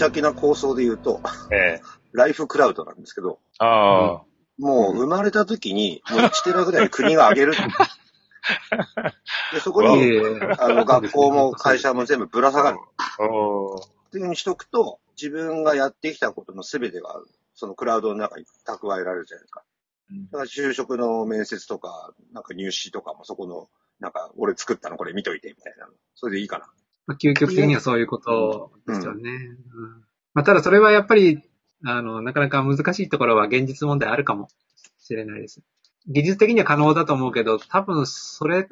ち明けな構想で言うと、ライフクラウドなんですけど、 ああ。 もう生まれた時に、もう1テラぐらい国が上げる。で、そこに、学校も会社も全部ぶら下がる。っていう風にしとくと、自分がやってきたことの全てが、そのクラウドの中に蓄えられるじゃないですか。だから就職の面接とか、なんか入試とかもそこの、なんか俺作ったのこれ見といてみたいな。それでいいかな。 究極的にはそういうことですよね。まあ、ただそれはやっぱり、なかなか難しいところは現実問題あるかもしれないです。技術的には可能だと思うけど、多分それって、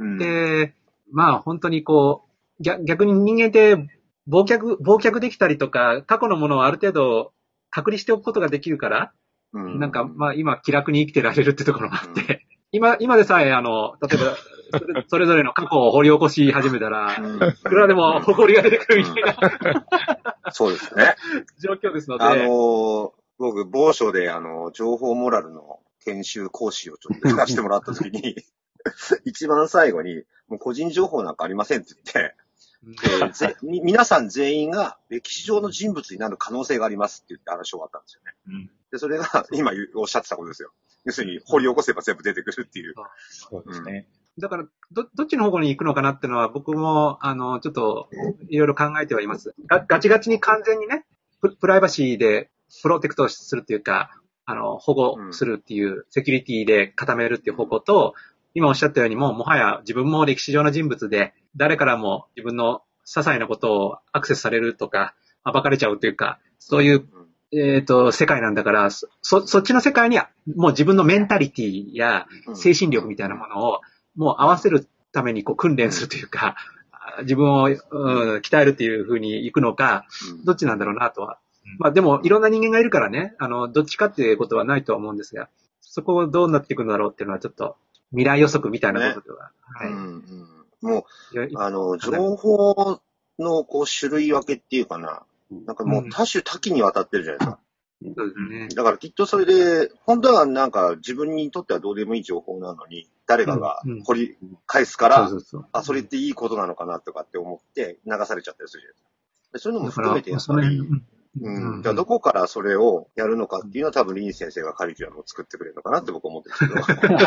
まあ本当にこう、逆に人間って忘却できたりとか、過去のものをある程度隔離しておくことができるから、なんかまあ今気楽に生きてられるってところがあって、今でさえ例えばそれぞれの過去を掘り起こし始めたら、いくらでも誇りが出てくるみたいな。 そうですね。 状況ですので。 僕、某所で情報モラルの研修講師をちょっと聞かせてもらったときに、一番最後に、もう個人情報なんかありませんって言って、皆さん全員が歴史上の人物になる可能性がありますって言って話終わったんですよね。で、それが今おっしゃってたことですよ。要するに掘り起こせば全部出てくるっていう。 そうですね。 だから、どっちの方向に行くのかなっていうのは僕も、ちょっと、いろいろ考えてはいます。ガチガチに完全にね、プライバシーでプロテクトするっていうか、保護するっていう、セキュリティで固めるっていう方向と、今おっしゃったようにもはや自分も歴史上の人物で、誰からも自分の些細なことをアクセスされるとか、暴かれちゃうというか、そういう、世界なんだから、そっちの世界には、もう自分のメンタリティや精神力みたいなものを、もう合わせるためにこう訓練するというか、自分を、鍛えるっていう風に行くのか、どっちなんだろうなとは。まあでも、いろんな人間がいるからね、どっちかっていうことはないとは思うんですが、そこをどうなっていくんだろうっていうのはちょっと、未来予測みたいなことでは。 もう、情報のこう種類分けっていうかな、なんかもう多種多岐にわたってるじゃないですか。 そうですね。 だからきっとそれで、本当はなんか自分にとってはどうでもいい情報なのに、誰かが掘り返すから、それっていいことなのかなとかって思って流されちゃったりするじゃないですか。そういうのも含めてやっぱり、じゃあどこからそれをやるのかっていうのは多分林先生がカリキュラムを作ってくれるのかなって僕は思ってるんですけど。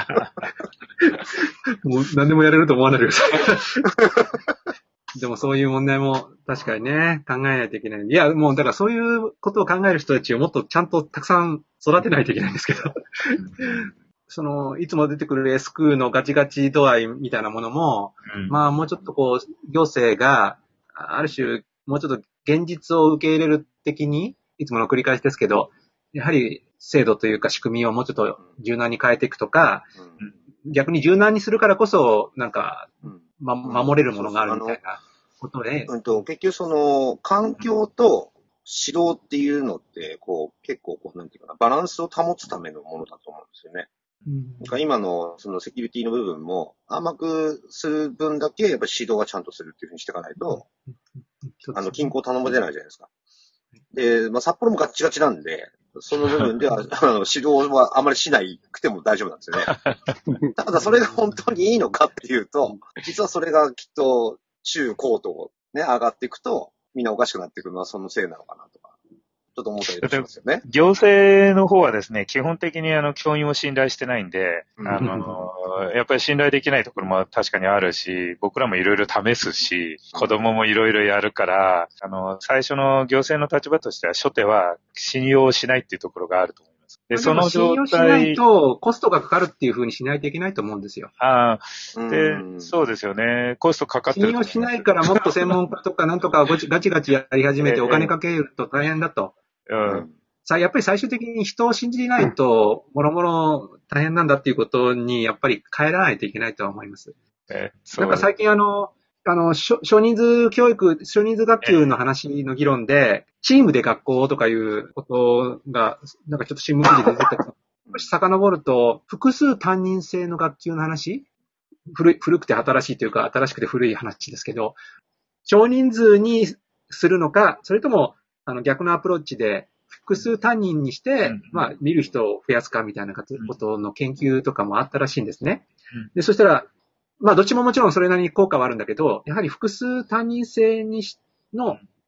もう何でもやれると思わないでください。でもそういう問題も確かにね、考えないといけない。いや、もうだからそういうことを考える人たちをもっとちゃんとたくさん育てないといけないんですけど。いつも出てくる S クのガチガチ度合いみたいなものも、まあもうちょっとこう、行政が、ある種、もうちょっと現実を受け入れる的に、いつもの繰り返しですけど、やはり制度というか仕組みをもうちょっと柔軟に変えていくとか、逆に柔軟にするからこそ、なんか、守れるものがあるみたいなことで。 結局その、環境と指導っていうのって、こう、結構こう、なんていうかな、バランスを保つためのものだと思うんですよね。なんか今のそのセキュリティの部分も甘くする分だけやっぱり指導はちゃんとするっていうふうにしていかないと、均衡頼も出ないじゃないですか。で、まあ札幌もガッチガチなんで、その部分では指導はあまりしなくても大丈夫なんですよね。ただそれが本当にいいのかっていうと、実はそれがきっと中高とね、上がっていくと、みんなおかしくなっていくのはそのせいなのかなとか。ちょっと思ったりしますよね。 行政の方はですね、基本的に教員を信頼してないんで、やっぱり信頼できないところも確かにあるし、僕らもいろいろ試すし、子供もいろいろやるから、最初の行政の立場としては、初手は信用しないっていうところがあると思います。 で、その状態。信用しないと、コストがかかるっていうふうにしないといけないと思うんですよ。 で、そうですよね。コストかかってる。 信用しないからもっと専門家とかなんとかガチガチやり始めてお金かけると大変だと。やっぱり最終的に人を信じないと、もろもろ大変なんだっていうことに、やっぱり変えらないといけないとは思います。なんか最近少人数教育、少人数学級の話の議論で、チームで学校とかいうことが、なんかちょっと新聞記事で出てた。遡ると、複数担任制の学級の話、古くて新しいというか、新しくて古い話ですけど、少人数にするのか、それとも、逆のアプローチで、複数担任にして、まあ、見る人を増やすかみたいなことの研究とかもあったらしいんですね。で、そしたら、まあ、どっちももちろんそれなりに効果はあるんだけど、やはり複数担任制の、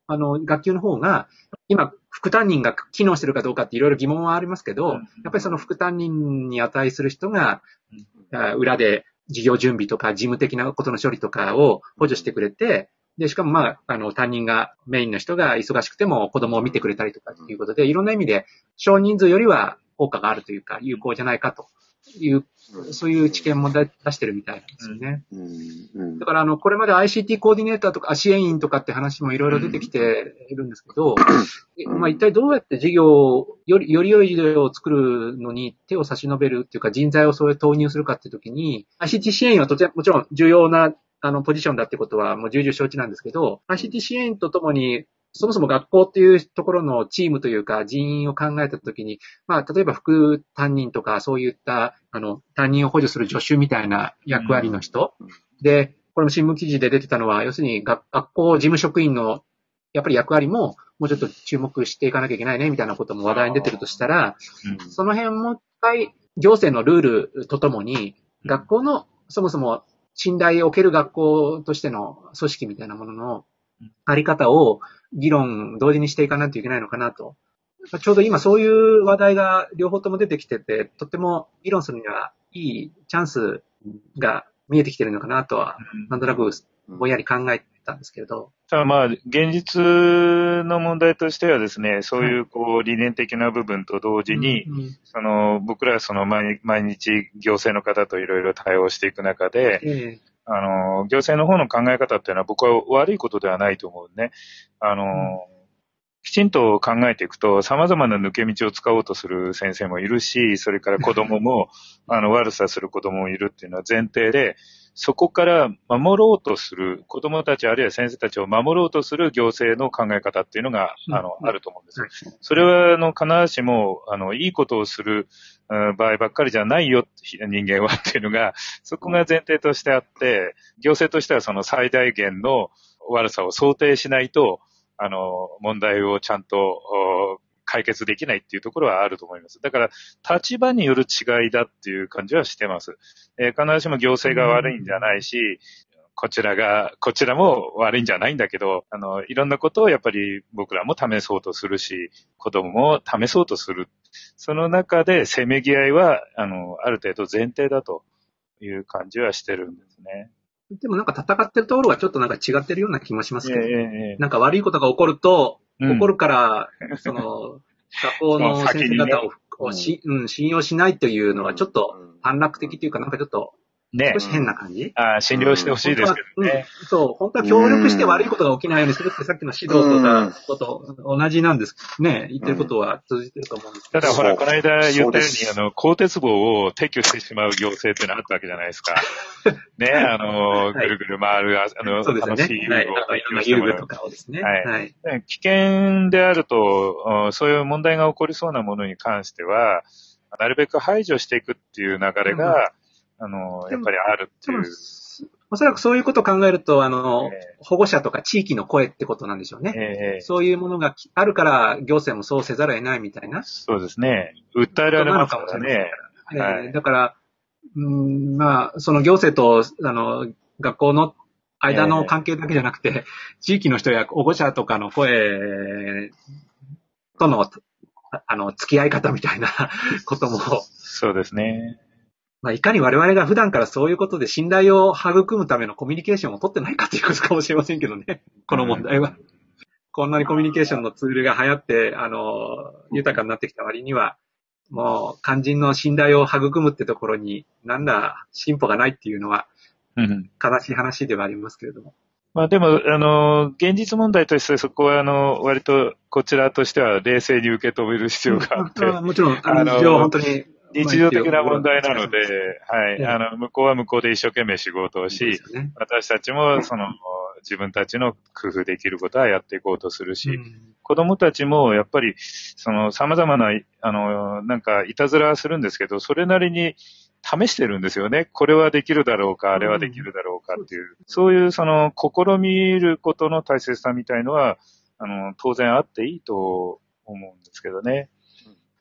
学級の方が、今、副担任が機能してるかどうかっていろいろ疑問はありますけど、やっぱりその副担任に値する人が、裏で事業準備とか事務的なことの処理とかを補助してくれて、で、しかも担任が、メインの人が忙しくても子供を見てくれたりとかっていうことで、いろんな意味で少人数よりは効果があるというか、有効じゃないかという、そういう知見も出してるみたいなんですよね。だからこれまで ICT コーディネーターとか支援員とかって話もいろいろ出てきているんですけど、一体どうやってより良い事業を作るのに手を差し伸べるっていうか人材をそういう投入するかっていうときに、ICT 支援員はもちろん重要なポジションだってことはもう重々承知なんですけど、ICT 支援員とともにそもそも学校っていうところのチームというか人員を考えたときに、例えば副担任とかそういった担任を補助する助手みたいな役割の人、で、これも新聞記事で出てたのは、要するに学校事務職員のやっぱり役割ももうちょっと注目していかなきゃいけないねみたいなことも話題に出てるとしたら、その辺もう一回行政のルールとともに学校のそもそも信頼を受ける学校としての組織みたいなもののあり方を議論同時にしていかないといけないのかなと。ちょうど今そういう話題が両方とも出てきてて、とっても議論するにはいいチャンスが見えてきてるのかなとは、なんとなくぼんやり考えてたんですけれど。 ただ現実の問題としてはですね、そういう理念的な部分と同時に、僕らは毎日行政の方といろいろ対応していく中で、行政の方の考え方っていうのは僕は悪いことではないと思うね。きちんと考えていくと様々な抜け道を使おうとする先生もいるし、それから子供も悪さする子供もいるっていうのは前提で、そこから守ろうとする子供たちあるいは先生たちを守ろうとする行政の考え方っていうのがあると思うんですよ。それは必ずしもいいことをする場合ばっかりじゃないよ人間はっていうのがそこが前提としてあって、行政としてはその最大限の悪さを想定しないと問題をちゃんと解決できないっていうところはあると思います。だから、立場による違いだっていう感じはしてます。必ずしも行政が悪いんじゃないし、こちらも悪いんじゃないんだけど、いろんなことをやっぱり僕らも試そうとするし、子供も試そうとする。その中でせめぎ合いは、ある程度前提だという感じはしてるんですね。 でも戦ってるところがちょっと違ってるような気もしますけど、悪いことが起こると、起こるから、学校の先生方を信用しないというのはちょっと短絡的というか、ちょっと、少し変な感じ、 診療してほしいですけどね。 そう、本当は協力して悪いことが起きないようにするってさっきの指導とかこと同じなんですね。言ってることは通じてると思うんですけど。 ただほら、この間言ったように、鋼鉄棒を撤去してしまう行政っていうのがあったわけじゃないですか。ね、ぐるぐる回る、楽しい遊具を撤去してもらう。 遊具とかをですね。 はい。危険であると、そういう問題が起こりそうなものに関しては、なるべく排除していくっていう流れが、やっぱりあるっていう。 おそらくそういうことを考えると、保護者とか地域の声ってことなんでしょうね。そういうものがあるから、行政もそうせざるを得ないみたいな。 そうですね。訴えられますからね。 だから、その行政と、学校の間の関係だけじゃなくて、地域の人や保護者とかの声との、付き合い方みたいなことも。 そうですね。 いかに我々が普段からそういうことで信頼を育むためのコミュニケーションを取ってないかということかもしれませんけどね。この問題は。こんなにコミュニケーションのツールが流行って、豊かになってきた割には、もう肝心の信頼を育むってところに何ら進歩がないっていうのは、悲しい話ではありますけれども。 でも、現実問題としてそこは、割とこちらとしては冷静に受け止める必要があって。 もちろん、本当に。 日常的な問題なので、はい、向こうは向こうで一生懸命仕事をし、私たちも自分たちの工夫できることはやっていこうとするし、子供たちもやっぱり、様々な、いたずらはするんですけど、それなりに試してるんですよね。これはできるだろうか、あれはできるだろうかっていう、そういう試みることの大切さみたいのは、当然あっていいと思うんですけどね。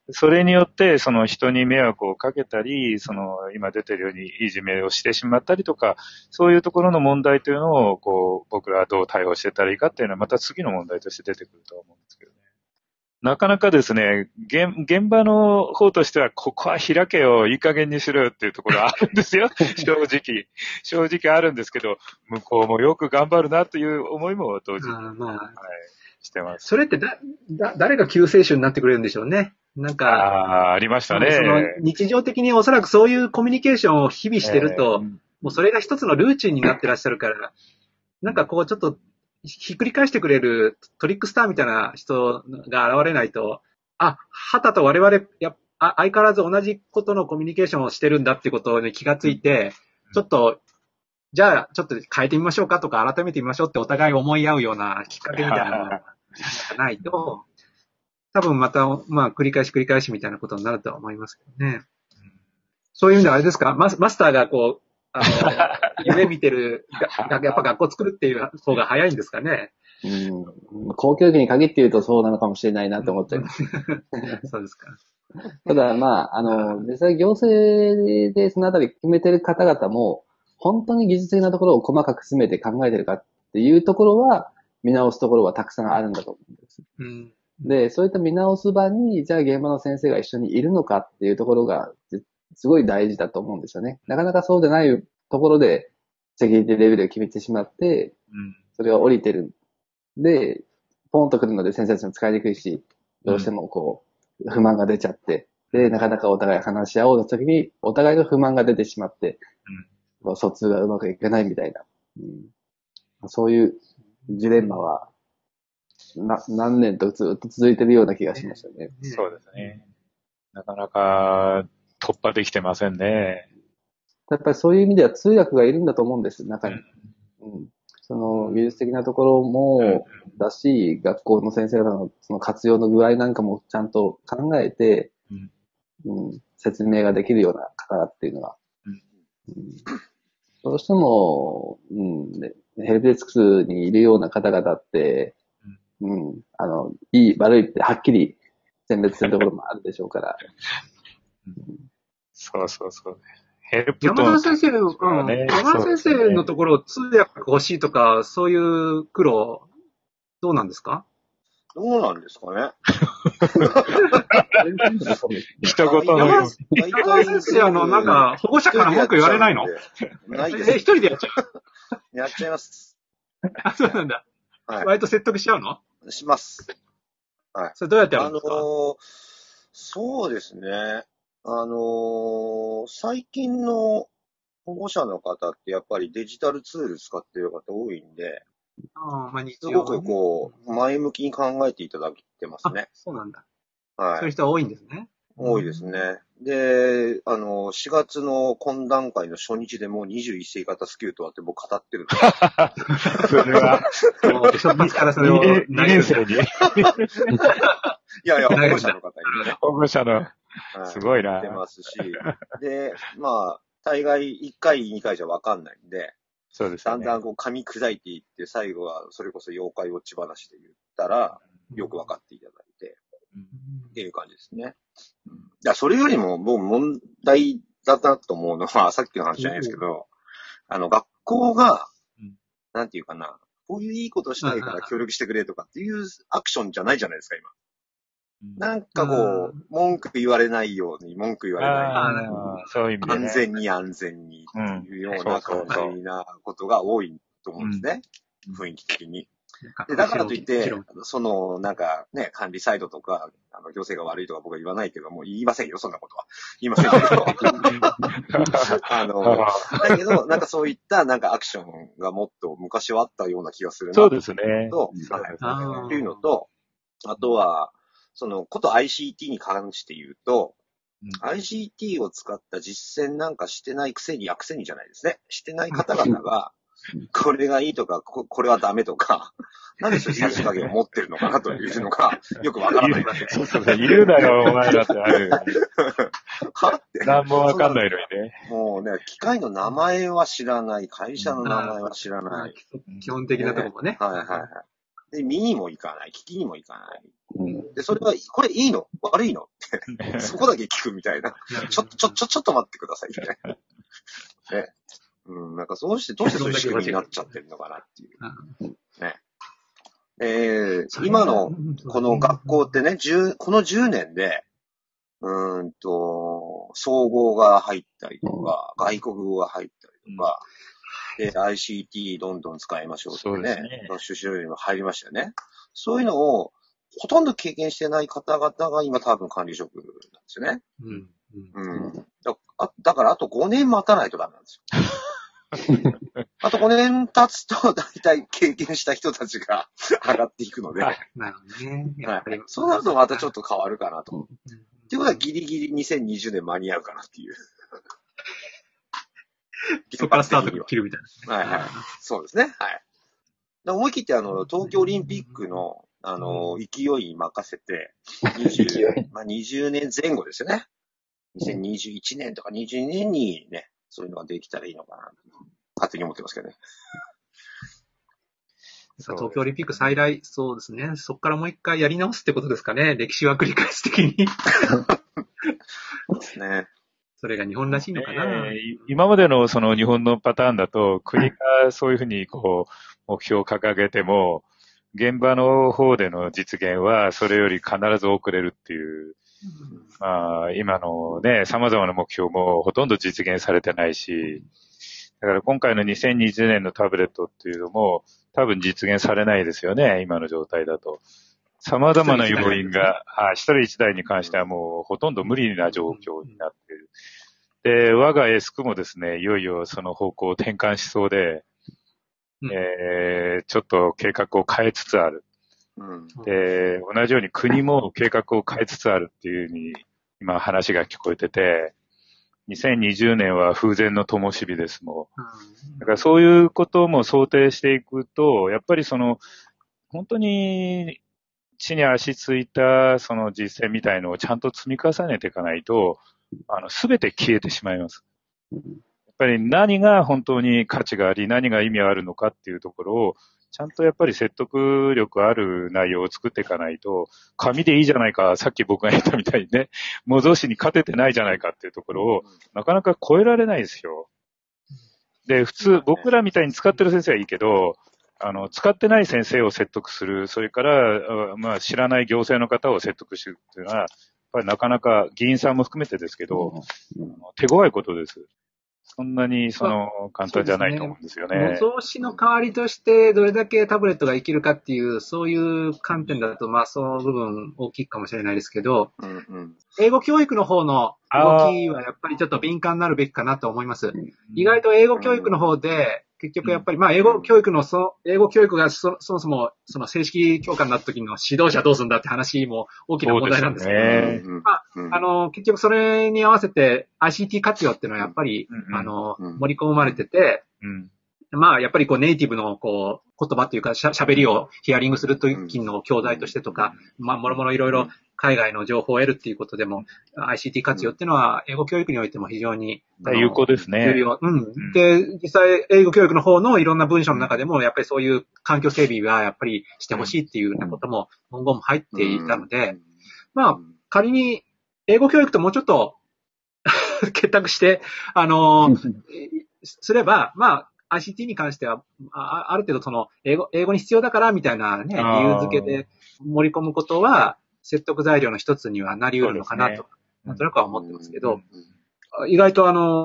それによって、その人に迷惑をかけたり、その今出てるようにいじめをしてしまったりとか、そういうところの問題というのを、僕らはどう対応してたらいいかっていうのは、また次の問題として出てくると思うんですけどね。なかなかですね、現場の方としては、ここは開けよ、いい加減にしろよっていうところはあるんですよ。正直あるんですけど、向こうもよく頑張るなという思いも同時に、はい、してます。 それって誰が救世主になってくれるんでしょうね。なんか、 ありましたね。 その日常的におそらくそういうコミュニケーションを日々してると、もうそれが一つのルーチンになってらっしゃるから、なんかこうちょっとひっくり返してくれるトリックスターみたいな人が現れないと、はたと我々相変わらず同じことのコミュニケーションをしてるんだっていうことに気がついて、ちょっと、じゃあちょっと変えてみましょうかとか改めてみましょうってお互い思い合うようなきっかけみたいなのがないと、多分また、繰り返しみたいなことになるとは思いますけどね。そういう意味ではあれですか、マスターがこう、夢見てる、やっぱ学校作るっていう方が早いんですかね。 公教育に限って言うとそうなのかもしれないなって思っちゃいます。 そうですか。 ただ、実際行政でそのあたり決めてる方々も、本当に技術的なところを細かく詰めて考えてるかっていうところは、見直すところはたくさんあるんだと思うんです。で、そういった見直す場に、じゃあ現場の先生が一緒にいるのかっていうところが、すごい大事だと思うんですよね。なかなかそうでないところで、セキュリティレベルを決めてしまって、それが降りてる。で、ポンと来るので先生たちも使いにくいし、どうしても不満が出ちゃって、で、なかなかお互い話し合おうとした時に、お互いの不満が出てしまって、疎通がうまくいかないみたいな。そういうジレンマは、何年とずっと続いてるような気がしましたね。 そうですね。なかなか突破できてませんね。 やっぱりそういう意味では通訳がいるんだと思うんです、中に。その技術的なところもだし、学校の先生方のその活用の具合なんかもちゃんと考えて、説明ができるような方っていうのが。どうしても、ヘルプデスクにいるような方々って、いい、悪いってはっきり選別するところもあるでしょうから。 そう。ヘルプと。 山田先生のところ通訳が欲しいとか、そういう苦労、どうなんですか？ どうなんですかね。 一言の山田先生、なんか、保護者から文句言われないの？ ないです。 一人でやっちゃう？やっちゃいます。 そうなんだ。はい。割と説得しちゃうの？ します。はい。 それどうやってやるんですか？ そうですね。最近の保護者の方ってやっぱりデジタルツール使ってる方多いんで、すごく前向きに考えていただいてますね。 そうなんだ。 はい。 そういう人は多いんですね。 多いですね。で、4月の懇談会の初日でもう21世紀型スキルとはって僕語ってるんで。 それは、 初発からそれを 2年生に。 いや、保護者の方にね。 保護者の、すごいな。 言ってますし。で、大概1回、2回じゃわかんないんで、 そうですね。 だんだん噛み砕いていって、最後はそれこそ妖怪ウォッチ話で言ったら、よくわかっていただいて、っていう感じですね。それよりも、もう問題だなと思うのは、さっきの話じゃないですけど、学校が、なんていうかな、こういういいことしたいから協力してくれとかっていうアクションじゃないじゃないですか、今。なんか文句言われないように、 そういう意味で、 安全にっていうような感じなことが多いと思うんですね。雰囲気的に。で、だからといって、管理サイドとか、行政が悪いとか僕は言わないけども、言いませんよ、そんなことは。言いませんけど。だけど、そういった、アクションがもっと昔はあったような気がするな。 そうですね。 っていうのと、あとは、こと ICT に関して言うと、ICT を使った実践なんかしてないくせにじゃないですね。してない方々が、これがいいとか、これはダメとか、なんでそういうさじ加減を持ってるのかなというのが、よくわからない。 そう言うなよ、お前らってある。 はって。 なんもわかんないのにね。 もうね、機械の名前は知らない、会社の名前は知らない。 基本的なところもね。 はい。 で、見にも行かない、聞きにも行かない。で、それは、これいいの悪いのって、そこだけ聞くみたいな。ちょっと待ってください、みたいな。ね。なんかどうしてそういう仕組みになっちゃってるのかなっていう。ね。今の、この学校ってね、この10年で、総合が入ったりとか、外国語が入ったりとか、で、ICT どんどん使いましょうってね、出資料にも入りましたよね。そういうのを、ほとんど経験してない方々が今多分管理職なんですよね。だからあと5年待たないとダメなんですよ。あと5年経つと、だいたい経験した人たちが上がっていくので。 なるほどね。 そうなるとまたちょっと変わるかなと。っていうことはギリギリ2020年間に合うかなっていう。 そこからスタート切るみたいな、ね。はいはい。そうですね。はい。思い切って東京オリンピックの、勢いに任せて、20年前後ですよね。2021年とか22年にね、そういうのができたらいいのかな。勝手に思ってますけどね。 東京オリンピック再来、そうですね。そこからもう一回やり直すってことですかね。歴史は繰り返す的に。 そうですね。 それが日本らしいのかな。 今までのその日本のパターンだと、国がそういうふうに目標を掲げても、現場の方での実現はそれより必ず遅れるっていう、今のね、様々な目標もほとんど実現されてないし、だから今回の2020年のタブレットっていうのも多分実現されないですよね、今の状態だと。様々な要因が、一人一台に関してはもうほとんど無理な状況になっている。で、我がエスクもですね、いよいよその方向を転換しそうで、ちょっと計画を変えつつある。で、同じように国も計画を変えつつあるっていうふうに今話が聞こえてて、2020年は風前の灯火ですもん。だからそういうことも想定していくと、やっぱり本当に地に足ついたその実践みたいのをちゃんと積み重ねていかないと、すべて消えてしまいます。やっぱり何が本当に価値があり、何が意味があるのかっていうところを、ちゃんとやっぱり説得力ある内容を作っていかないと、紙でいいじゃないか、さっき僕が言ったみたいにね、模造紙に勝ててないじゃないかっていうところを、なかなか超えられないですよ。で、普通、僕らみたいに使ってる先生はいいけど、使ってない先生を説得する、それから、知らない行政の方を説得するっていうのは、やっぱりなかなか議員さんも含めてですけど、手強いことです。そんなに簡単じゃないと思うんですよね。 模造紙の代わりとしてどれだけタブレットが生きるかっていう、そういう観点だと、その部分大きいかもしれないですけど、英語教育の方の動きはやっぱりちょっと敏感になるべきかなと思います。意外と英語教育の方で、結局やっぱり、英語教育がそもそも、正式教科になった時の指導者どうするんだって話も大きな問題なんですけど、結局それに合わせて ICT 活用っていうのはやっぱり、盛り込まれてて、やっぱりネイティブの言葉というか喋りをヒアリングするときの教材としてとか、もろもろいろいろ海外の情報を得るっていうことでも ICT 活用っていうのは英語教育においても非常に有効ですね。 重要。で、実際英語教育の方のいろんな文章の中でもやっぱりそういう環境整備はやっぱりしてほしいっていうようなことも文言も入っていたので、仮に英語教育ともうちょっと結託して、すれば、ICT に関しては、ある程度英語に必要だからみたいなね、理由付けで盛り込むことは、説得材料の一つにはなり得るのかなと、なんとなくは思ってますけど、意外と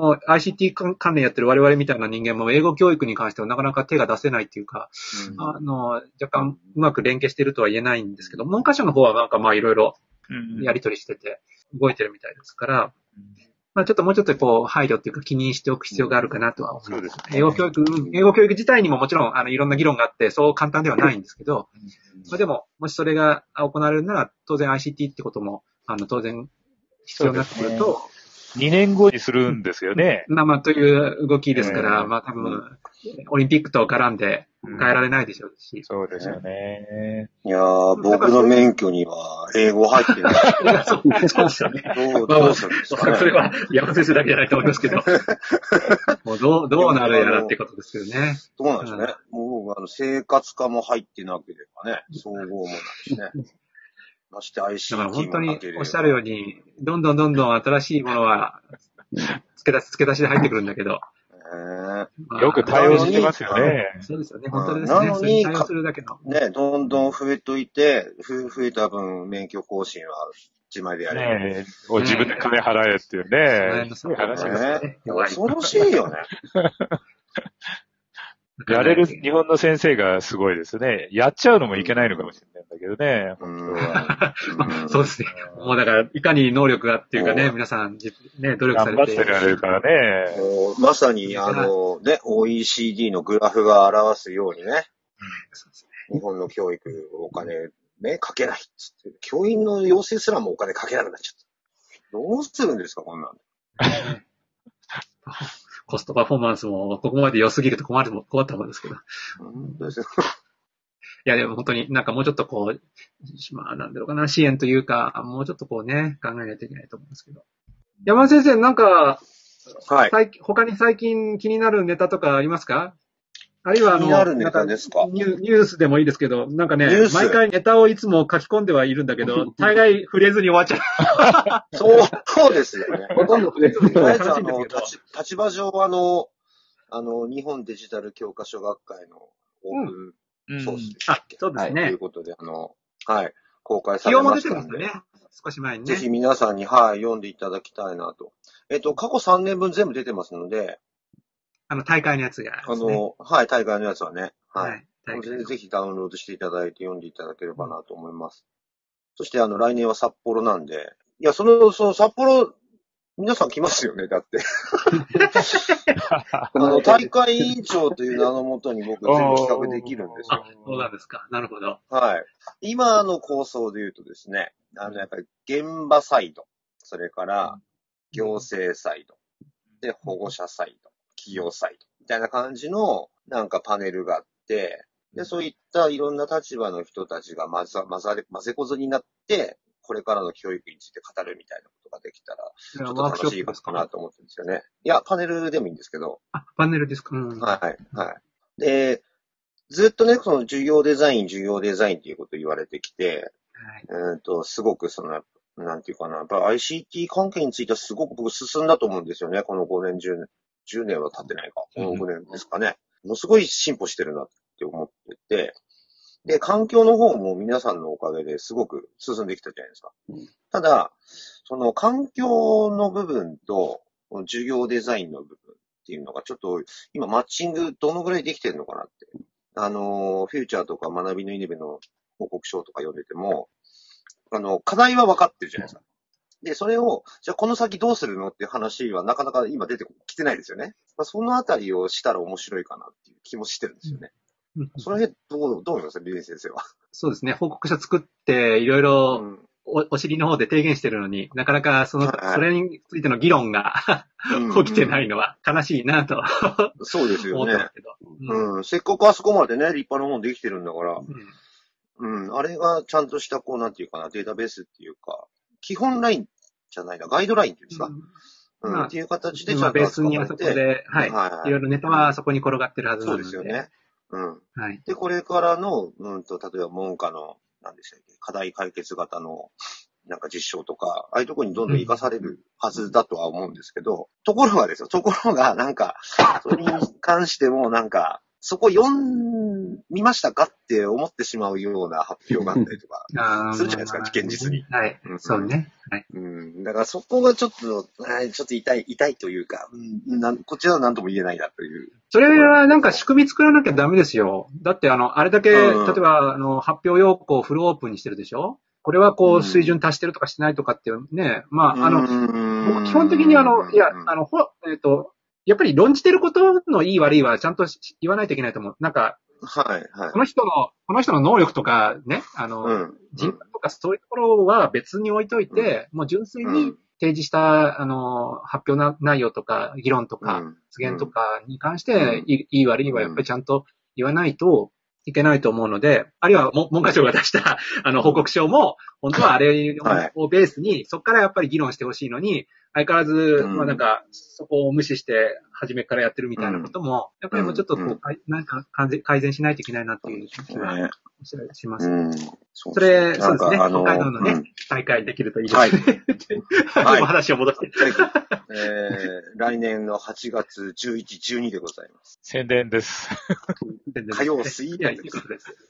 ICT 関連やってる我々みたいな人間も英語教育に関してはなかなか手が出せないっていうか、若干うまく連携しているとは言えないんですけど、文科省の方はいろいろやり取りしてて動いてるみたいですから、もうちょっと配慮っていうか気にしておく必要があるかなとは思います。英語教育自体にももちろんいろんな議論があってそう簡単ではないんですけど、でももしそれが行われるなら当然 ICT ってことも当然必要になってくると、 2年後にするんですよね。 という動きですから、多分オリンピックと絡んで変えられないでしょうし。 そうですよね。 いやー、僕の免許には英語入ってない。 そうですよね。 どうするんですかね。 それは山先生だけじゃないと思いますけど。もうどうなるやらってことですよね。 そうなんですね。もう生活科も入ってなければね、総合もないしね。まして ICT もなければ。 だから本当におっしゃるように、どんどん新しいものは、付け出しで入ってくるんだけど。 よく対応してますよね。 そうですよね。本当ですね。 なのに、 対応するだけの。 ね、どんどん増えといて、増えた分、免許更新は自前でやれる。 ねえ、自分で金払えっていうね。 そういう話ですね。 恐ろしいよね。 やれる日本の先生がすごいですね。やっちゃうのもいけないのかもしれないんだけどね、本当は。 そうですね。もうだから、いかに能力がっていうかね、皆さん、ね、努力されて。 頑張ってられるからね。 まさに、OECD のグラフが表すようにね。日本の教育、お金、ね、かけないっつって。教員の養成すらもお金かけなくなっちゃった。どうするんですか、こんなん。 コストパフォーマンスもここまで良すぎると困ったもんですけど。 本当ですよ。 いや、でも本当になんかもうちょっとこう、まあなんだろうかな、支援というか、もうちょっとこうね、考えないといけないと思うんですけど。山田先生、なんか、 はい。 他に最近気になるネタとかありますか？あるいは気になるネタですか？ ニュースでもいいですけど、なんかね、毎回ネタをいつも書き込んではいるんだけど、大概触れずに終わっちゃう。 そうですよね。 ほとんど触れずに終わっちゃう。 立場上日本デジタル教科書学会のオープンソースでしたっけ？ そうですね。 ということで、はい、公開されましたので。 起用も出てましたね。少し前にね。 ぜひ皆さんに、はい、読んでいただきたいなと。過去3年分全部出てますので。 大会のやつが、ね。 はい、大会のやつはね。はい。 はい、 ぜひダウンロードしていただいて読んでいただければなと思います。そして来年は札幌なんで。いや、その札幌、皆さん来ますよね、だって。大会委員長という名のもとに僕全部企画できるんですよ。 そうなんですか。なるほど。 はい。今の構想で言うとですね、やっぱり現場サイド、それから行政サイド、で、保護者サイド、企業サイド、みたいな感じのなんかパネルがあって、で、そういったいろんな立場の人たちが混ぜこぞになって、これからの教育について語るみたいなことができたら、ちょっと楽しいかなと思ってるんですよね。いや、パネルでもいいんですけど。 パネルですか？ はい。で、ずっとね、その授業デザインっていうことを言われてきて、すごくなんていうかな、やっぱ ICT 関係についてはすごく僕進んだと思うんですよね。この5年、10年は経ってないか。この5年ですかね。ものすごい進歩してるなって思ってて、で、環境の方も皆さんのおかげですごく進んできたじゃないですか。ただ、その環境の部分と授業デザインの部分っていうのがちょっと今マッチングどのぐらいできてるのかなって。フューチャーとか学びのイネベの報告書とか読んでても、課題は分かってるじゃないですか。で、それを、じゃあこの先どうするのっていう話はなかなか今出てきてないですよね。そのあたりをしたら面白いかなっていう気もしてるんですよね。その辺どう思いますか、リネ先生は。 そうですね。報告書作って、いろいろ、お尻の方で提言してるのになかなかそれについての議論が起きてないのは悲しいなと。 そうですよね。せっかくあそこまでね、立派なもんできてるんだから、あれがちゃんとした、なんていうかな、データベースっていうか、基本ラインじゃないな、ガイドラインっていうんですか。っていう形でちゃんとベースにあそこで、いろいろネタはそこに転がってるはずなので。 そうですよね。で、これからの、例えば文科の、何でしたっけ、課題解決型の、なんか実証とか、ああいうところにどんどん活かされるはずだとは思うんですけど、ところがなんか、それに関してもなんか、そこ見ましたかって思ってしまうような発表があったりとか、するじゃないですか、現実に。 はい。そうね。はい。 だからそこがちょっと痛いというか、こちらは何とも言えないなという。 それはなんか仕組み作らなきゃダメですよ。だってあれだけ、例えば発表要項をフルオープンにしてるでしょ？これは水準達してるとかしてないとかっていうね、僕基本的にやっぱり論じてることのいい悪いはちゃんと言わないといけないと思う。なんか、この人の能力とかね、人格とかそういうところは別に置いといて、もう純粋に提示した、発表内容とか、議論とか、発言とかに関して、いい悪いはやっぱりちゃんと言わないといけないと思うので、あるいは文科省が出した報告書も、本当はあれをベースに、そこからやっぱり議論してほしいのに、相変わらず、まあなんか、そこを無視して、初めからやってるみたいなことも、やっぱりもうちょっとこう、なんか改善しないといけないなっていう気がします。そうですね。北海道のね、大会できるといいですね。はい。話を戻して。 来年の8月11、12でございます。 宣伝です。 火曜、水曜日です。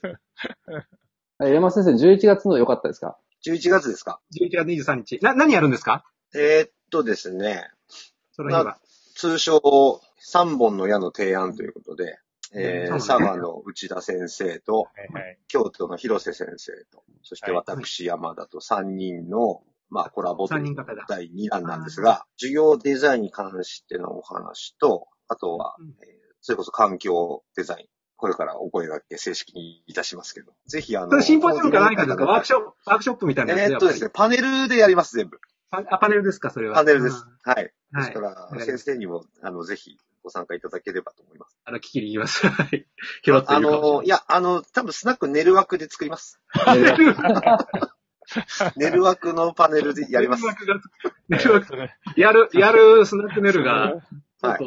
山先生、11月の良かったですか？ 11 月ですか？ 11月23日。何やるんですか？ ですね。その日は通称、3本の矢の提案ということで、佐賀の内田先生と、京都の広瀬先生と、そして私、山田と3人の、まあ、コラボという第2弾なんですが、授業デザインに関してのお話と、あとは、それこそ環境デザイン。これからお声掛け正式にいたしますけど。ぜひそれシンポジウムか何かですか？ワークショップみたいなやつですね、パネルでやります、全部。 パネルですか、それは。 パネルです。はい。ですから、先生にも、ぜひご参加いただければと思います。 聞きに行きます。はい。拾っているかもしれない。 いや、多分スナック寝る枠で作ります。寝る枠のパネルでやります。 寝る枠。やるスナックネルが。 はい。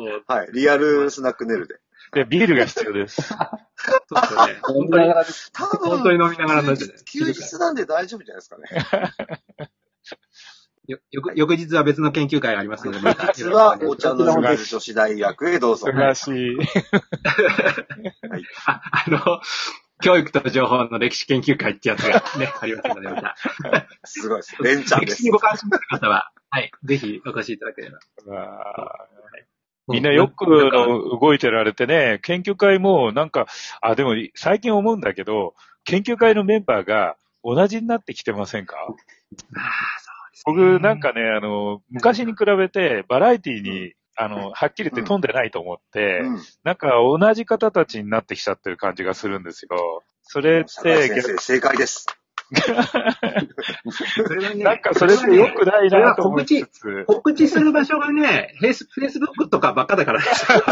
リアルスナックネルで。 で、ビールが必要です。 そうですよね。本当に飲みながらになっちゃう。 休日なんで大丈夫じゃないですかね。 翌日は別の研究会がありますので、 翌日はお茶の湯女子大学へどうぞ。 素晴らしい。 教育と情報の歴史研究会ってやつがね、ありますので、また。 すごいです。連チャンです。 歴史にご関心のある方は、はい、ぜひお越しいただければ。 みんなよく動いてられてね、研究会もなんか、でも最近思うんだけど、研究会のメンバーが同じになってきてませんか？僕なんかね、昔に比べてバラエティに、はっきり言って飛んでないと思って、なんか同じ方たちになってきちゃってる感じがするんですよ。それって、 先生正解です。 なんかそれって良くないなと思いつつ。 告知する場所がね、フェイスブックとかばっかだから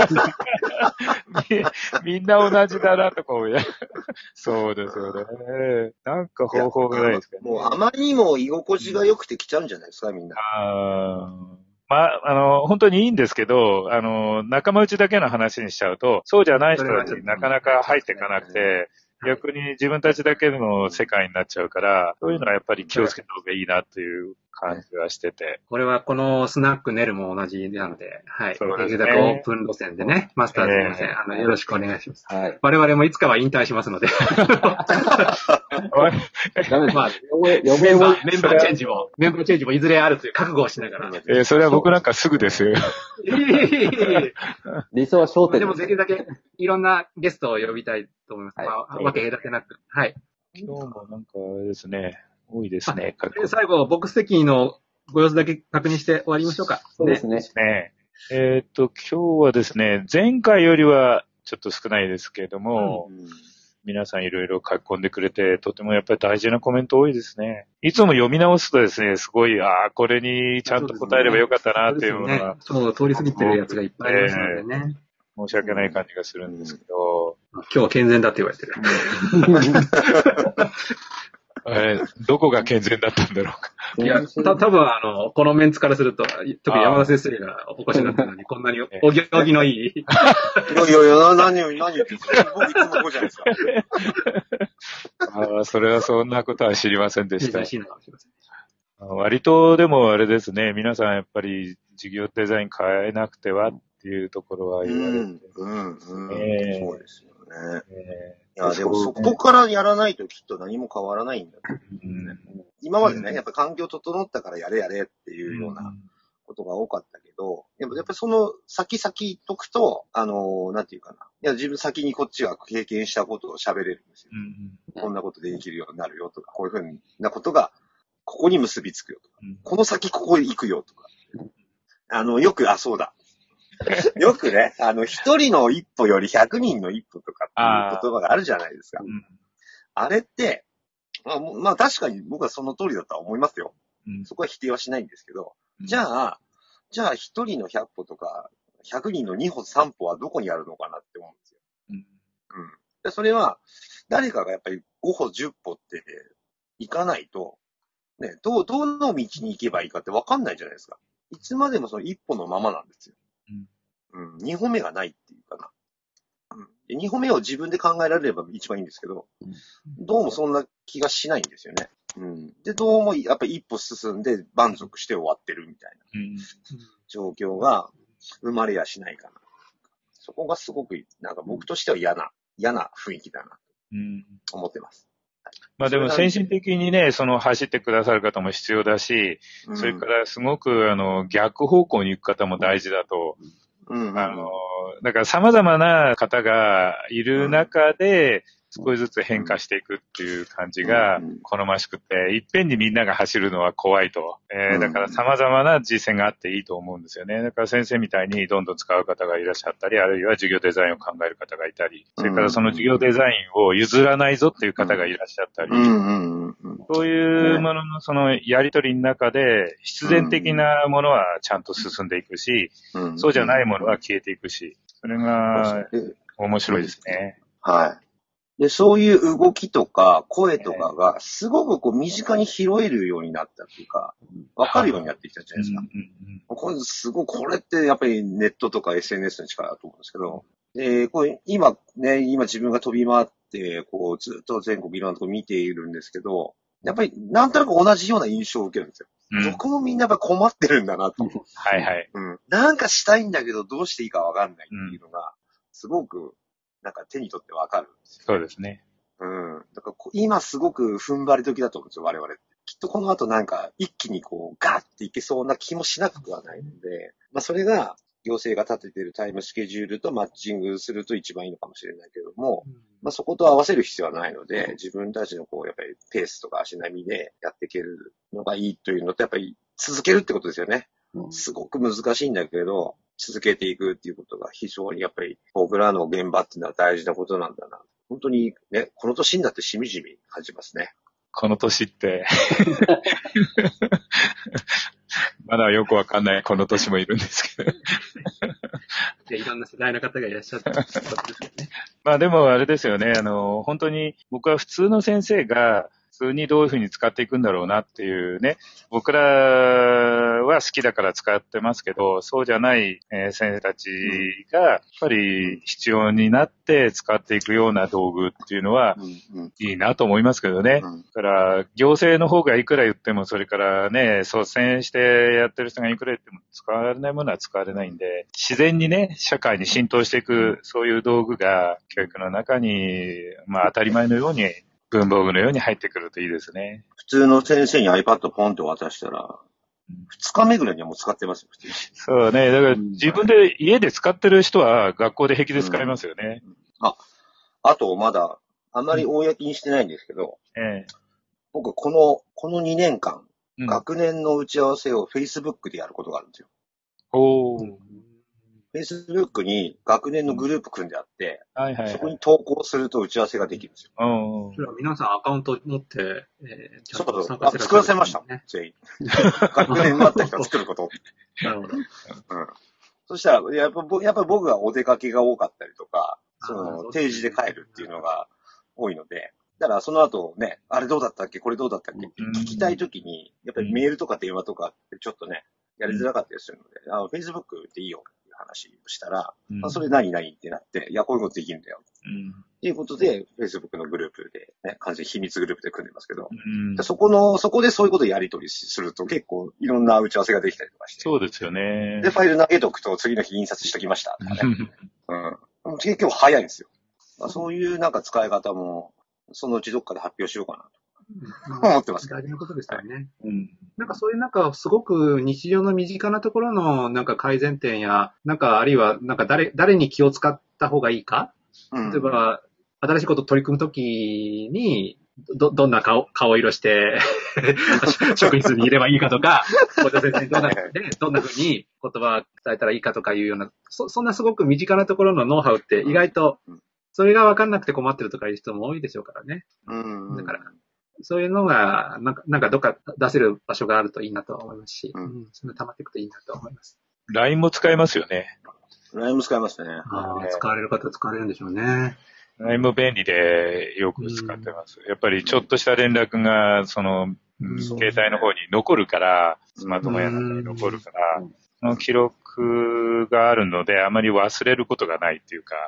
みんな同じだなとか思いながら。そうですよね。なんか方法がないですかね。 もうあまりにも居心地が良くて来ちゃうんじゃないですか、みんな。 まあ、本当にいいんですけど、仲間内だけの話にしちゃうと、そうじゃない人たちになかなか入っていかなくて、逆に自分たちだけの世界になっちゃうから、そういうのはやっぱり気をつけた方がいいなという感じはしてて。 これはこのスナックネルも同じなので、はい。 そうですね。 できるだけオープン路線でね、マスターズの路線、よろしくお願いします。 はい。 我々もいつかは引退しますので。まあ、メンバーチェンジもいずれあるという覚悟をしながら。 それは僕なんかすぐですよ。 理想は焦点でもできるだけいろんなゲストを呼びたいと思います。わけ隔てなく。はい。 今日もなんかあれですね、多いですね。 最後、ボックス席のご様子だけ確認して終わりましょうか。 そうですね。 今日はですね、前回よりはちょっと少ないですけれども、皆さんいろいろ書き込んでくれて、とてもやっぱり大事なコメント多いですね。いつも読み直すとですね、すごい、これにちゃんと答えればよかったなっていうのが。 そう、通り過ぎてるやつがいっぱいありますのでね。 申し訳ない感じがするんですけど。 今日は健全だって言われてる。 どこが健全だったんだろうか。 いや、多分このメンツからすると、特に山田先生がお越しになったのに、こんなにお行儀のいい。いや、何言ってんすか？僕いつもこうじゃないですか。それはそんなことは知りませんでした。割とでもあれですね、皆さんやっぱり授業デザイン変えなくてはっていうところは言われて。 そうですよね。いや、でもそこからやらないときっと何も変わらないんだと思うんですね。今までね、やっぱ環境整ったからやれっていうようなことが多かったけど、やっぱりその先言っとくと、なんていうかな。いや、自分先にこっちは経験したことを喋れるんですよ。こんなことできるようになるよとか、こういうふうなことが、ここに結びつくよとか、この先ここへ行くよとか。よく、そうだ。よくね、一人の一歩より100人の一歩とかっていう言葉があるじゃないですか。あれって、まあ確かに僕はその通りだとは思いますよ。そこは否定はしないんですけど、じゃあ一人の100歩とか、100人の2歩3歩はどこにあるのかなって思うんですよ。 それは、誰かがやっぱり5歩10歩って行かないと、ね、どの道に行けばいいかって分かんないじゃないですか。いつまでもその一歩のままなんですよ。2歩目がないっていうかな。2歩目を自分で考えられれば一番いいんですけど、どうもそんな気がしないんですよね。で、どうもやっぱり一歩進んで満足して終わってるみたいな状況が生まれやしないかな。そこがすごく、なんか僕としては嫌な雰囲気だなと思ってます。 まあでも先進的にね、走ってくださる方も必要だし、それからすごく逆方向に行く方も大事だと。だから様々な方がいる中で、少しずつ変化していくっていう感じが好ましくて、いっぺんにみんなが走るのは怖いと。だから様々な実践があっていいと思うんですよね。だから先生みたいにどんどん使う方がいらっしゃったり、あるいは授業デザインを考える方がいたり、それからその授業デザインを譲らないぞっていう方がいらっしゃったり、そういうもののそのやりとりの中で必然的なものはちゃんと進んでいくし、そうじゃないものは消えていくし、それが面白いですね。 はい。で、そういう動きとか声とかがすごくこう身近に拾えるようになったっていうか、わかるようになってきたじゃないですか。これってやっぱりネットとか SNS の力だと思うんですけど、これ今自分が飛び回って、こうずっと全国いろんなとこ見ているんですけど、やっぱりなんとなく同じような印象を受けるんですよ。どこもみんなやっぱ困ってるんだなと。 はいはい。 なんかしたいんだけどどうしていいかわかんないっていうのが、すごくなんか手に取ってわかるんですよ。 そうですね。 だから今すごく踏ん張り時だと思うんですよ、我々。きっとこの後なんか一気にこうガーっていけそうな気もしなくはないので、まあそれが行政が立てているタイムスケジュールとマッチングすると一番いいのかもしれないけども、まあそこと合わせる必要はないので、自分たちのこうやっぱりペースとか足並みでやっていけるのがいいというのと、やっぱり続けるってことですよね。すごく難しいんだけど、続けていくっていうことが非常にやっぱり僕らの現場っていうのは大事なことなんだな。本当にね、この年になってしみじみ感じますね。 この年って。まだよくわかんないこの年もいるんですけど。 いろんな世代の方がいらっしゃったってことですよね。 まあでもあれですよね。本当に僕は普通の先生が普通にどういうふうに使っていくんだろうなっていうね。僕らは好きだから使ってますけど、そうじゃない、先生たちがやっぱり必要になって使っていくような道具っていうのはいいなと思いますけどね。だから行政の方がいくら言っても、それからね、率先してやってる人がいくら言っても使われないものは使われないんで、自然にね、社会に浸透していくそういう道具が教育の中に、まあ当たり前のように文房具のように入ってくるといいですね。 普通の先生に iPad ポンって渡したら、2日目ぐらいにはもう使ってますよ。 そうね。だから自分で家で使ってる人は学校で平気で使いますよね。 あとまだあんまり公にしてないんですけど、僕この2年間、学年の打ち合わせを Facebook でやることがあるんですよ。Facebook に学年のグループ組んであって、そこに投稿すると打ち合わせができるんですよ。 それは皆さんアカウント持って、 ちゃんと参加する作らせました、全員。学年になった人は作ること。 なるほど。 そしたら、やっぱ僕がお出かけが多かったりとか、定時で帰るっていうのが多いので、だからその後ね、あれどうだったっけこれどうだったっけって聞きたいときに、やっぱりメールとか電話とかってちょっとね、やりづらかったりするので、Facebook でいいよっていう話をしたら、それ何ってなって、いや、こういうことできるんだよ。っていうことで、Facebook のグループで、ね、完全に秘密グループで組んでますけど、そこでそういうことをやり取りすると結構いろんな打ち合わせができたりとかして。 そうですよね。 で、ファイル投げとくと次の日印刷しときましたとかね。結構早いんですよ。そういうなんか使い方も、そのうちどっかで発表しようかなと。思ってます大事なことですよね。なんかそういうなんかすごく日常の身近なところのなんか改善点や、なんかあるいはなんか誰に気を使った方がいいか、例えば新しいことを取り組むときにどんな顔色して職員室にいればいいかとか、校長先生にどんな風に言葉を伝えたらいいかとかいうような、そんなすごく身近なところのノウハウって意外とそれが分かんなくて困ってるとかいう人も多いでしょうからね。だからそういうのが、なんかどっか出せる場所があるといいなと思いますし、それが溜まっていくといいなと思います。 LINE も使えますよね。 LINE も使えますね。 使われる方は使われるんでしょうね。 LINE も便利でよく使ってます。やっぱりちょっとした連絡が、携帯の方に残るから、スマートフォンや中に残るから、その記録があるので、あまり忘れることがないっていうか、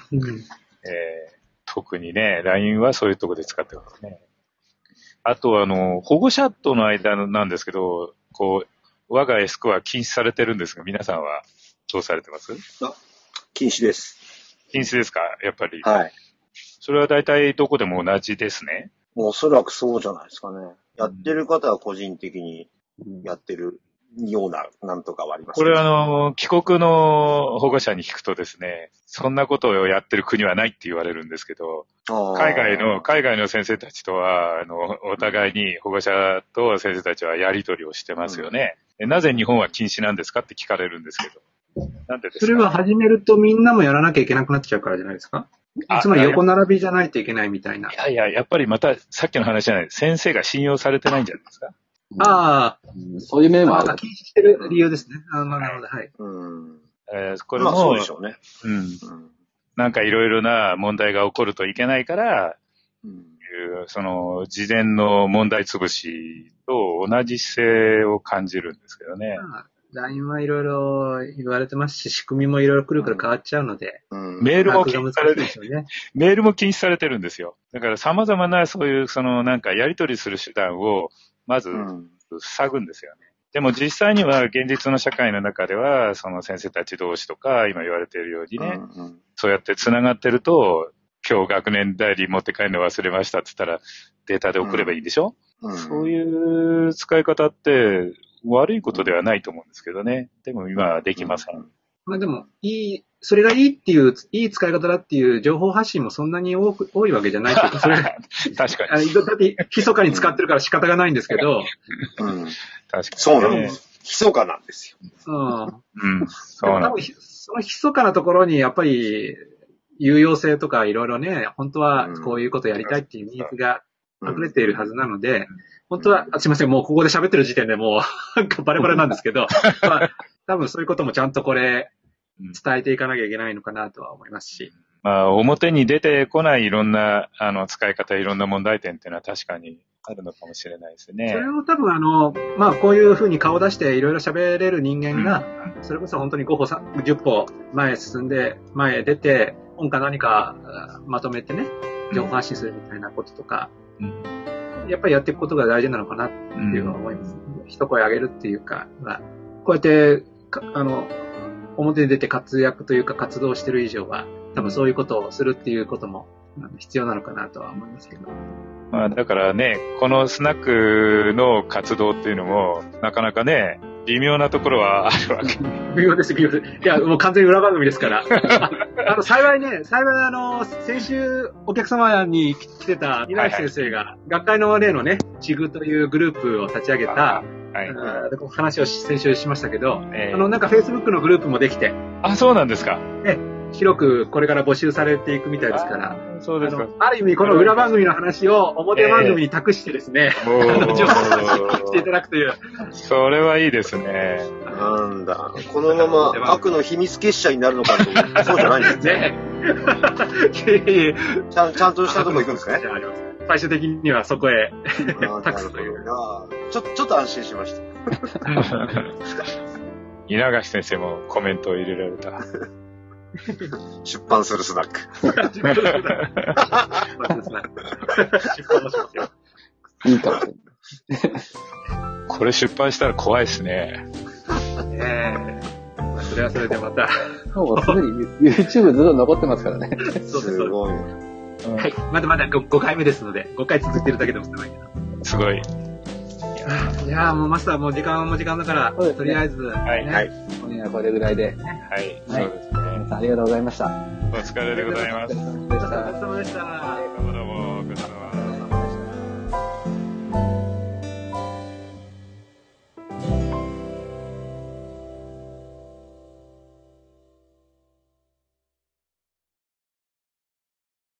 特にね、LINE はそういうところで使ってますね。あと保護者との間なんですけど、我が S コア禁止されてるんですが、皆さんはどうされてます？ 禁止です。 禁止ですか？やっぱり。 はい。 それは大体どこでも同じですね。 おそらくそうじゃないですかね。やってる方は個人的にやってるような、なんとかはあります、ね。 これ帰国の保護者に聞くとですね、そんなことをやってる国はないって言われるんですけど、海外の先生たちとは、お互いに保護者と先生たちはやり取りをしてますよね。なぜ日本は禁止なんですかって聞かれるんですけど。なんでですか？ それは始めるとみんなもやらなきゃいけなくなっちゃうからじゃないですか？つまり横並びじゃないといけないみたいな。 やっぱりまたさっきの話じゃない。先生が信用されてないんじゃないですか？ そういう面もある。 禁止してる理由ですね。なるほど、はい。 これも、 そうでしょうね。 なんかいろいろな問題が起こるといけないから、事前の問題潰しと同じ姿勢を感じるんですけどね。 LINE はいろいろ言われてますし、仕組みもいろいろ来るから変わっちゃうので。 メールも禁止されてる。メールも禁止されてるんですよ。だから様々なそういうなんかやり取りする手段をまず塞ぐんですよね。でも実際には現実の社会の中ではその先生たち同士とか今言われているようにね、そうやって繋がってると今日学年代理持って帰るの忘れましたって言ったらデータで送ればいいんでしょ？そういう使い方って悪いことではないと思うんですけどね。でも今はできません。 でも、それがいいっていう、いい使い方だっていう情報発信もそんなに多いわけじゃないけど、それ確かに。 だって、密かに使ってるから仕方がないんですけど。 確かに、ね。 そうなんです。密かなんですよ。 そうなんです。 その密かなところにやっぱり、有用性とかいろいろね、本当はこういうことやりたいっていうニーズが溢れているはずなので、本当は、すいません、もうここで喋ってる時点でもう、なんかバレバレなんですけど、多分そういうこともちゃんと伝えていかなきゃいけないのかなとは思いますし。 表に出てこないいろんな、使い方、いろんな問題点っていうのは確かにあるのかもしれないですね。 それを多分こういうふうに顔出していろいろ喋れる人間が、それこそ本当に5歩、10歩前進んで、前出て、本か何かまとめてね、情報発信するみたいなこととか、やっぱりやっていくことが大事なのかなっていうのは思います。一声上げるっていうか、こうやって、表に出て活躍というか活動してる以上は、多分そういうことをするっていうことも必要なのかなとは思いますけど。 だからね、このスナックの活動っていうのも、なかなかね、微妙なところはあるわけ。 微妙です。いや、もう完全に裏番組ですから。幸い先週お客様に来てた稲垣先生が、学会の例のね、チグというグループを立ち上げた、話を先週しましたけど、なんか Facebook のグループもできて。 そうなんですか。 広くこれから募集されていくみたいですから。 そうですか。 ある意味この裏番組の話を表番組に託してですね、情報発信していただくという。 それはいいですね。 なんだ。このまま悪の秘密結社になるのかと。そうじゃないんですね。ちゃんとしたとこ行くんですかね。 最終的にはそこへ託すという。 ちょっと安心しました。 稲垣先生もコメントを入れられた。 出版するスナック。 出版もしますよ。 いいかもしれない。 これ出版したら怖いですね。 それはそれでまた。 もうすでに YouTube ずっと残ってますからね。 そうです。 すごい。 はい。まだ5回目ですので、5回続いてるだけでもすごいけど。 すごい。 いやもうマスターもう時間だから、とりあえず。 はい。 今夜はこれぐらいで。 はい。そうですね。 皆さんありがとうございました。 お疲れでございます。 お疲れ様でした。 どうもご苦労様。